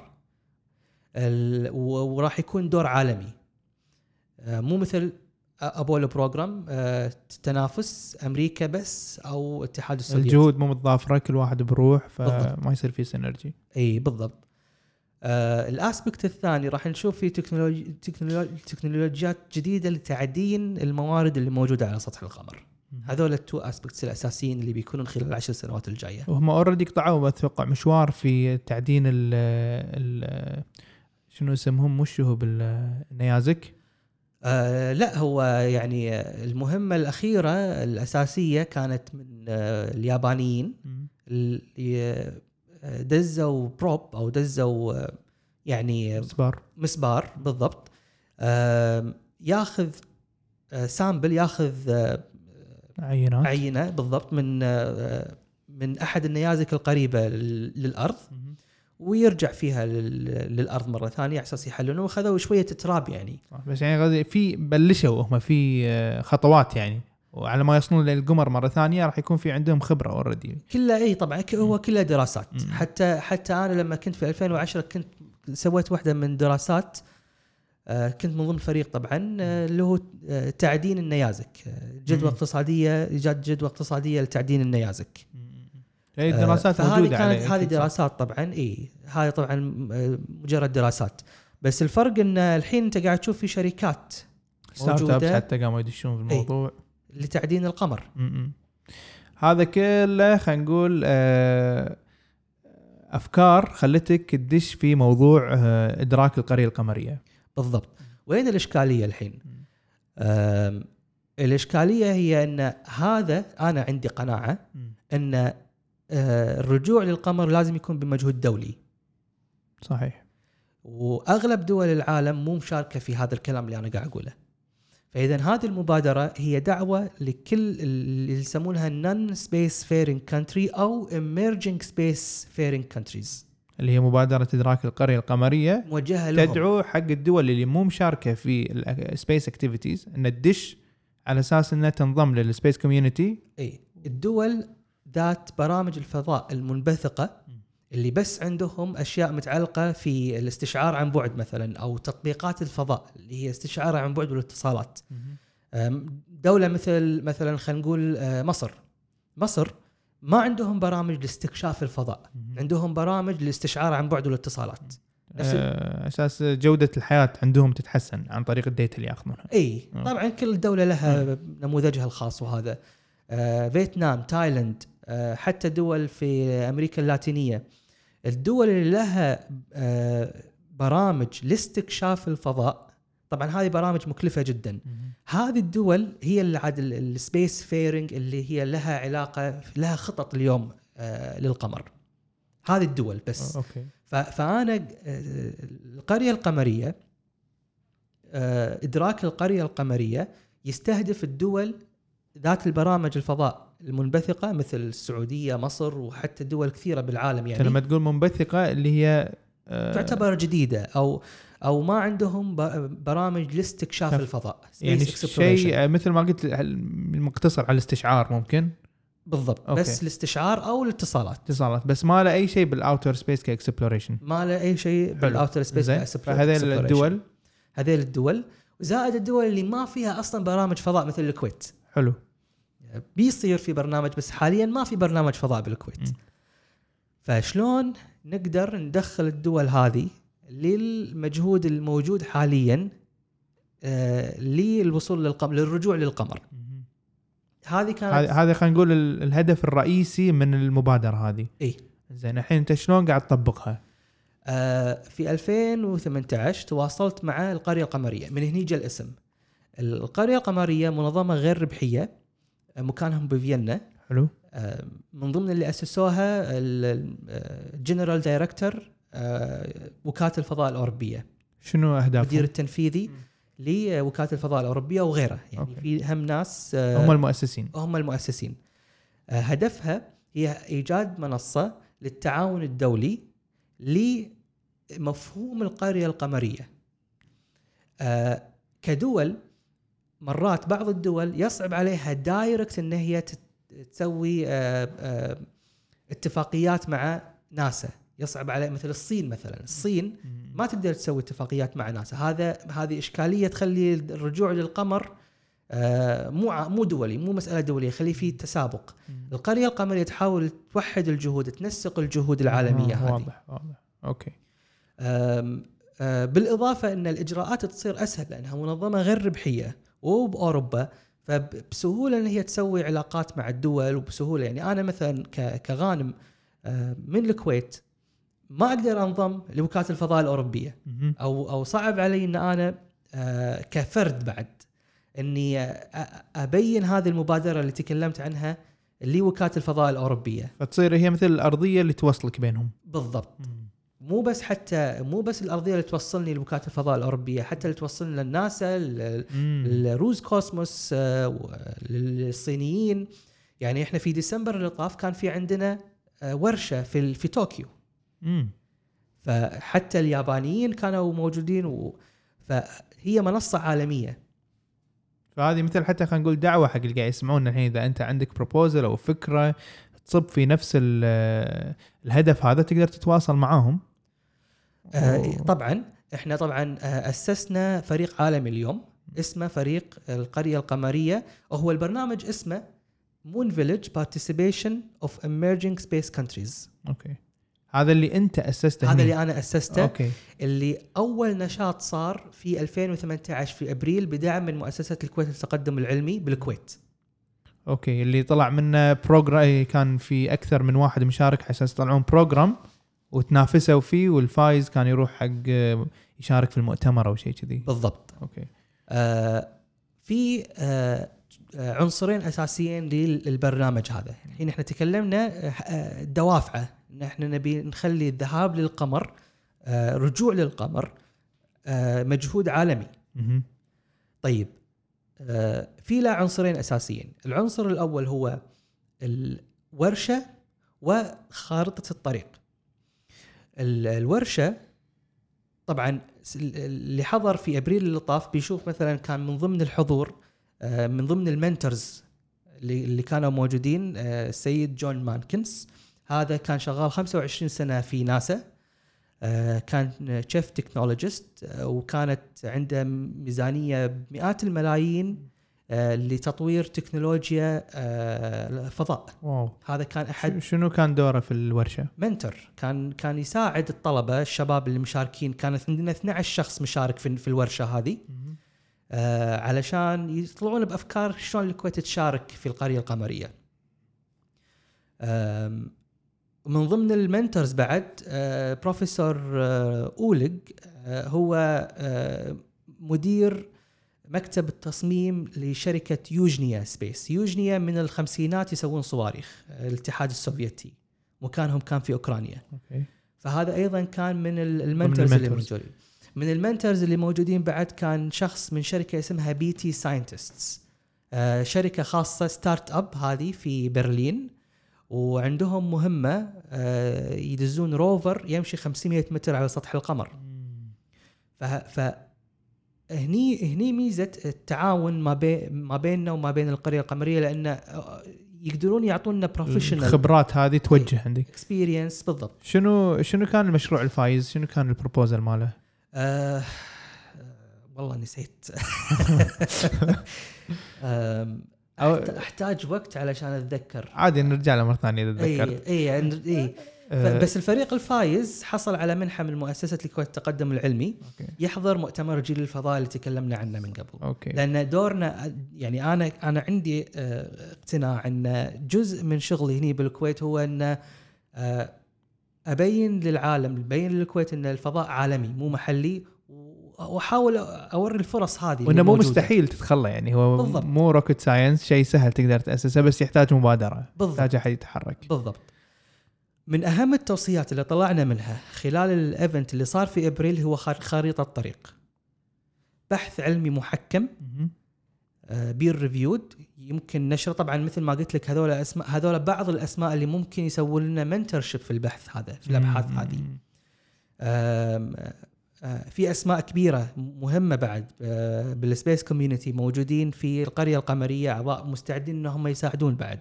وراح يكون دور عالمي آه مو مثل أبولو بروجرام آه، تنافس أمريكا بس أو اتحاد السوفيتي. الجهود مو متضافرة كل واحد بروح فما يصير في سينرجي. أي بالضبط. آه، الأسبكت الثاني راح نشوف في تكنولوجي تكنولوجي تكنولوجيات جديدة لتعدين الموارد اللي موجودة على سطح القمر. هذول التو أسبكتس الأساسيين اللي بيكونون خلال العشر سنوات الجاية. وهم أوريدي قطعوا أتوقع مشوار في تعدين ال ال شنو اسمهم مش هو بالنيازك. آه لا هو يعني المهمة الأخيرة الأساسية كانت من آه اليابانيين اللي دزوا بروب أو دزوا آه يعني مسبار مسبار بالضبط آه ياخذ آه سامبل ياخذ آه عينات عينة بالضبط من آه من أحد النيازك القريبة للأرض ويرجع فيها للأرض مرة ثانية على أساس يحلونه وخذوا شوية تراب يعني. بس يعني في بلشوا هم في خطوات يعني وعلى ما يصلون للقمر مرة ثانية راح يكون في عندهم خبرة أوردي. كلها أي طبعا هو كلها دراسات. م. حتى حتى أنا لما كنت في ألفين وعشرة كنت سويت واحدة من دراسات كنت من ضمن فريق طبعا اللي هو تعدين النيازك جدوى اقتصادية إيجاد جدوى اقتصادية لتعدين النيازك. هي دراسات موجودة عليه. هذه دراسات طبعا اي هذه طبعا مجرد دراسات بس الفرق ان الحين انت قاعد تشوف في شركات موجودة حتى قاموا يدشون في الموضوع لتعدين القمر. م-م. هذا كله خلينا نقول أفكار خلتك تدش في موضوع إدراك القرية القمرية. بالضبط. وين الإشكالية الحين؟ الإشكالية هي أن هذا أنا عندي قناعة م. أن الرجوع للقمر لازم يكون بمجهود دولي. صحيح. وأغلب دول العالم مو مشاركة في هذا الكلام اللي أنا قاعد أقوله. فإذا هذه المبادرة هي دعوة لكل اللي يسمونها non-space faring country أو emerging space faring countries اللي هي مبادرة إدراك القرية القمرية موجهة لهم. تدعو حق الدول اللي مو مشاركة في السبيس اكتيفيتيز أن تدش على أساس أنها تنضم للسبيس كوميونيتي. أي الدول ذات برامج الفضاء المنبثقة اللي بس عندهم أشياء متعلقة في الاستشعار عن بعد مثلا أو تطبيقات الفضاء اللي هي استشعار عن بعد والاتصالات. دولة مثل مثلا خلينا نقول مصر مصر ما عندهم برامج لاستكشاف الفضاء عندهم برامج للاستشعار عن بعد والاتصالات. أساس جودة الحياة عندهم تتحسن عن طريق الديتا اللي يأخذونها. أي طبعا كل دولة لها نموذجها الخاص وهذا آه، فيتنام تايلاند آه، حتى دول في أمريكا اللاتينية الدول اللي لها آه، برامج لاستكشاف الفضاء طبعا هذه برامج مكلفة جدا. هذه الدول هي اللي عاد السبيس فيرنج اللي هي لها علاقة لها خطط اليوم آه، للقمر. هذه الدول بس. أوكي. فأنا آه، القرية القمرية آه، إدراك القرية القمرية يستهدف الدول ذات البرامج الفضاء المنبثقة مثل السعودية مصر وحتى دول كثيرة بالعالم. يعني لما تقول منبثقة اللي هي آه تعتبر جديدة أو أو ما عندهم برامج لاستكشاف الفضاء، يعني شيء مثل ما قلت المقتصر على الاستشعار ممكن. بالضبط. أوكي. بس الاستشعار أو الاتصالات اتصالات بس ما له أي شيء بالأوتر سبيس كإكسبلوريشن، ما له أي شيء بالأوتر سبيس كإكسبلوريشن. فهذه الدول هذه الدول وزائد الدول اللي ما فيها أصلا برامج فضاء مثل الكويت. حلو. بيصير في برنامج بس حاليا ما في برنامج فضاء بالكويت. م. فشلون نقدر ندخل الدول هذه للمجهود الموجود حاليا آه للوصول للقمر، للرجوع للقمر. هذه كانت هذا خلينا نقول الهدف الرئيسي من المبادرة هذه. إيه زين الحين أنت شلون قاعد تطبقها؟ آه في ألفين وثمانية عشر تواصلت مع القرية القمرية، من هنا جاء الاسم. القرية القمرية منظمة غير ربحية مكانهم بفيينا. حلو. آه من ضمن اللي أسسوها الجنرال دايركتور وكالة الفضاء الأوروبية. شنو أهدافه؟ المدير التنفيذي لوكالة الفضاء الأوروبية وغيره. يعني أوكي. في هم ناس آه هم المؤسسين هم المؤسسين آه هدفها هي إيجاد منصة للتعاون الدولي لمفهوم القرية القمرية. آه كدول مرات بعض الدول يصعب عليها دايركت ان هي تسوي آه آه اتفاقيات مع ناسا، يصعب عليها. مثل الصين مثلا، الصين ما تقدر تسوي اتفاقيات مع ناسا. هذا هذه اشكاليه تخلي الرجوع للقمر آه مو مو دولي، مو مساله دوليه، خلي فيه تسابق. القريه القمريه تحاول توحد الجهود، تنسق الجهود العالميه. هذه واضح واضح. اوكي. آه آه بالاضافه ان الاجراءات تصير اسهل لانها منظمه غير ربحيه وبأوروبا، فبسهولة إن هي تسوي علاقات مع الدول وبسهولة. يعني أنا مثلا كغانم من الكويت ما أقدر أنضم لوكالة الفضاء الأوروبية، أو أو صعب علي إن أنا كفرد بعد إني أبين هذه المبادرة اللي تكلمت عنها اللي وكالة الفضاء الأوروبية، فتصير هي مثل الأرضية اللي توصلك بينهم. بالضبط. مو بس حتى مو بس الأرضية اللي توصلني لوكالة الفضاء الأوروبية، حتى اللي توصلني للناسا، الروز كوسموس، للصينيين. يعني إحنا في ديسمبر اللي طاف كان في عندنا ورشة في في طوكيو، مم. فحتى اليابانيين كانوا موجودين و... فهي منصة عالمية. فهذه مثل حتى خلينا نقول دعوة حق اللي قاعد يسمعون الحين، إذا أنت عندك بروبوزل أو فكرة تصب في نفس الهدف هذا تقدر تتواصل معاهم. آه طبعا احنا طبعا أسسنا فريق عالمي اليوم اسمه فريق القرية القمرية، وهو البرنامج اسمه Moon Village Participation of Emerging Space Countries. أوكي. هذا اللي أنت أسسته؟ هذا اللي أنا أسسته. أوكي. اللي أول نشاط صار في ألفين وثمانية عشر في أبريل بدعم من مؤسسة الكويت للتقدم العلمي بالكويت. أوكي. اللي طلع منه بروجرام، كان في أكثر من واحد مشارك حساس يطلعون بروجرام وتنافسوا فيه، والفايز كان يروح حق يشارك في المؤتمر أو شيء كذي. بالضبط. أوكي. آه في آه عنصرين أساسيين للبرنامج هذا. الحين احنا تكلمنا آه دوافعه ان احنا نبي نخلي الذهاب للقمر، آه رجوع للقمر، آه مجهود عالمي. م- طيب آه في لا عنصرين أساسيين. العنصر الأول هو الورشة وخارطة الطريق. الورشة طبعا اللي حضر في أبريل اللي طاف بيشوف مثلا كان من ضمن الحضور من ضمن المنتورز اللي كانوا موجودين السيد جون مانكنز. هذا كان شغال خمسة وعشرين سنة في ناسا، كان تشيف تكنولوجيست، وكانت عنده ميزانية بمئات الملايين لتطوير تكنولوجيا الفضاء. واو. هذا كان أحد. شنو كان دوره في الورشة؟ منتور. كان كان يساعد الطلبة الشباب اللي مشاركين. كانت عندنا اثني عشر شخص مشارك في في الورشة هذه، آه علشان يطلعون بأفكار شلون الكويت تشارك في القرية القمرية. من ضمن المنتورز بعد آه بروفيسور آه أولغ، آه هو آه مدير مكتب التصميم لشركة يوجنيا سبيس. يوجنيا من الخمسينات يسوون صواريخ الاتحاد السوفيتي، مكانهم كان في أوكرانيا. أوكي. فهذا أيضا كان من المنتورز اللي موجودين. من المنتورز اللي موجودين بعد كان شخص من شركة اسمها بي تي ساينتستس. آه شركة خاصة ستارت اب هذه في برلين، وعندهم مهمة آه يدزون روفر يمشي خمسمية متر على سطح القمر. فهني هني ميزة التعاون ما بين ما بيننا وما بين القرية القمرية، لأن يقدرون يعطونا بروفيشنال الخبرات هذه توجه عندك اكسبيرينس. بالضبط. شنو شنو كان المشروع الفايز؟ شنو كان البروبوزل ماله؟ آه والله نسيت. احتاج وقت علشان اتذكر. عادي نرجع له مره ثانيه اذا تذكرت. اي اي اي أه بس الفريق الفايز حصل على منحه من مؤسسه الكويت التقدم العلمي. أوكي. يحضر مؤتمر جيل الفضاء اللي تكلمنا عنه من قبل. أوكي. لان دورنا يعني انا انا عندي اه اقتناع ان جزء من شغلي هنا بالكويت هو ان اه ابين للعالم، ابين للكويت ان الفضاء عالمي مو محلي، واحاول اوري الفرص هذه وانه مو مستحيل تتخلى. يعني هو بالضبط. مو روكت ساينس شيء سهل تقدر تاسسه، بس يحتاج مبادره، يحتاج احد يتحرك. بالضبط. من اهم التوصيات اللي طلعنا منها خلال الايفنت اللي صار في ابريل هو خريطه الطريق، بحث علمي محكم بير ريفيود يمكن نشره. طبعا مثل ما قلت لك هذول اسماء، هذول بعض الاسماء اللي ممكن يسوون لنا منتورشيب في البحث هذا، في الابحاث هذه. في أسماء كبيرة مهمة بعد بالسبيس كوميونيتي موجودين في القرية القمرية، أعضاء مستعدين أنهم يساعدون بعد.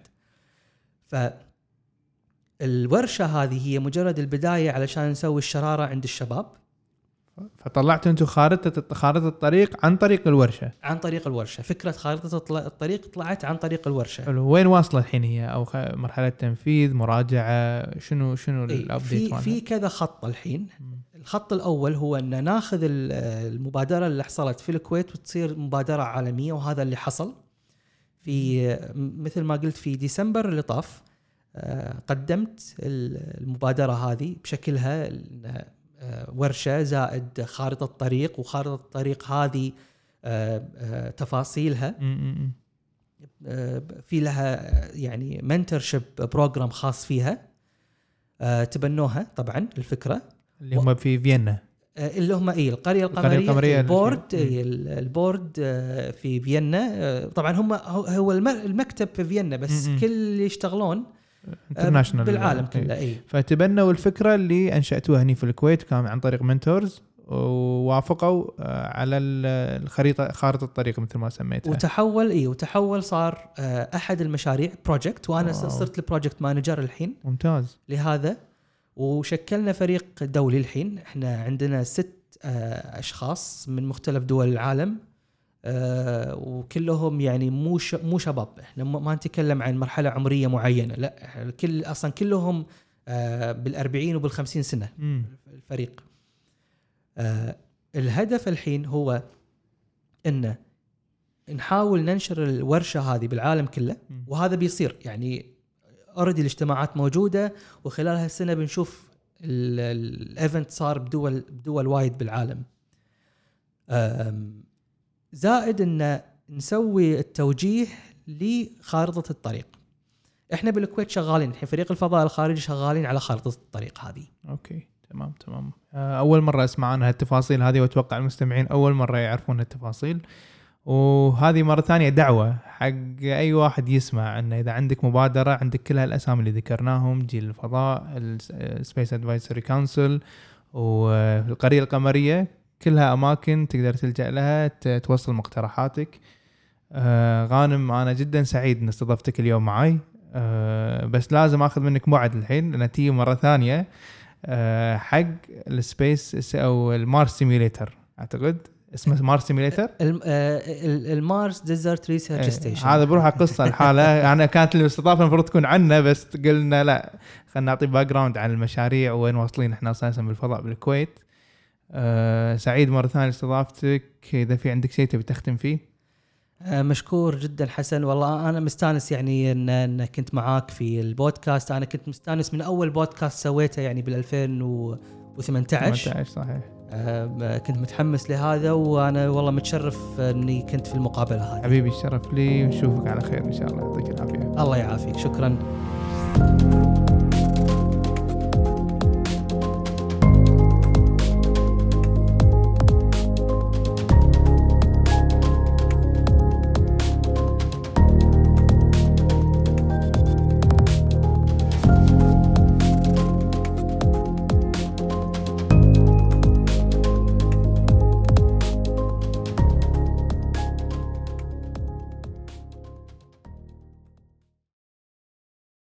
فالورشة هذه هي مجرد البداية علشان نسوي الشرارة عند الشباب. فطلعتوا أنتوا خارطة خارطة الطريق عن طريق الورشة. عن طريق الورشة، فكرة خارطة الطريق طلعت عن طريق الورشة. وين واصلة الحين هي؟ أو مرحلة تنفيذ، مراجعة، شنو شنو الأبديت؟ في في كذا خط الحين. الخط الأول هو أن ناخذ المبادرة اللي حصلت في الكويت وتصير مبادرة عالمية، وهذا اللي حصل في مثل ما قلت في ديسمبر اللي طاف. قدمت المبادرة هذه بشكلها ورشة زائد خارطة طريق، وخارطة الطريق هذه تفاصيلها في لها يعني منتورشيب بروجرام خاص فيها. تبنوها طبعا الفكرة اللي هم في فيينا، اللي هم ايه القرية القمرية, القمرية البورد إيه البورد في فيينا. طبعا هم هو المكتب في فيينا، بس م-م. كل اللي يشتغلون بالعالم كله. ايه فتبنوا الفكرة اللي انشأتوها هنا في الكويت كان عن طريق منتورز، ووافقوا على الخريطة خارطة الطريق مثل ما سميتها، وتحول ايه وتحول صار احد المشاريع بروجكت، وانا أوه. صرت البروجكت مانجر الحين. ممتاز. لهذا وشكلنا فريق دولي الحين. احنا عندنا ست اشخاص من مختلف دول العالم، وكلهم يعني مو مو شباب. احنا ما نتكلم عن مرحله عمريه معينه، لا كل اصلا كلهم بالأربعين وبالخمسين سنه. م. الفريق الهدف الحين هو ان نحاول ننشر الورشه هذه بالعالم كله، وهذا بيصير يعني أوريدي الاجتماعات موجودة، وخلال هالسنة بنشوف الإيفنت صار بدول بدول وايد بالعالم. زائد إن نسوي التوجيه لخارطة الطريق. إحنا بالكويت شغالين الحين، فريق الفضاء الخارجي شغالين على خارطة الطريق هذه. أوكي تمام تمام. أول مرة أسمع عنها التفاصيل هذه، وأتوقع المستمعين أول مرة يعرفون التفاصيل. وهذه مرة ثانية دعوة حق أي واحد يسمع أنه إذا عندك مبادرة، عندك كل هالأسامي اللي ذكرناهم، جيل الفضاء، السبيس أدفايسري كونسل، والقرية القمرية، كلها أماكن تقدر تلجأ لها توصل مقترحاتك. آه غانم، أنا جدا سعيد أن استضفتك اليوم معي. آه بس لازم أخذ منك موعد الحين لأن تيجي مرة ثانية آه حق السبيس أو المارس سيميوليتر، أعتقد اسمه مارس سيميوليتر، المارس ديزرت ريسيرش ستيشن. هذا بروح قصة الحالة. أنا كانت الاستضافة المفروض تكون عنا، بس قلنا لا، خلنا نعطي باك جراوند عن المشاريع وين واصلين احنا أساسا بالفضاء بالكويت. أه سعيد مرة ثانية استضافتك. إذا في عندك شيء تبي تختم فيه؟ أه مشكور جدا حسن، والله أنا مستانس يعني إن, إن كنت معاك في البودكاست. أنا كنت مستانس من أول بودكاست سويته يعني بالألفين وثمانية عشر صحيح. أه كنت متحمس لهذا، وأنا والله متشرف أني كنت في المقابلة هذه. حبيبي الشرف لي، ونشوفك على خير إن شاء الله. يعطيك العافية. الله يعافيك. شكرا.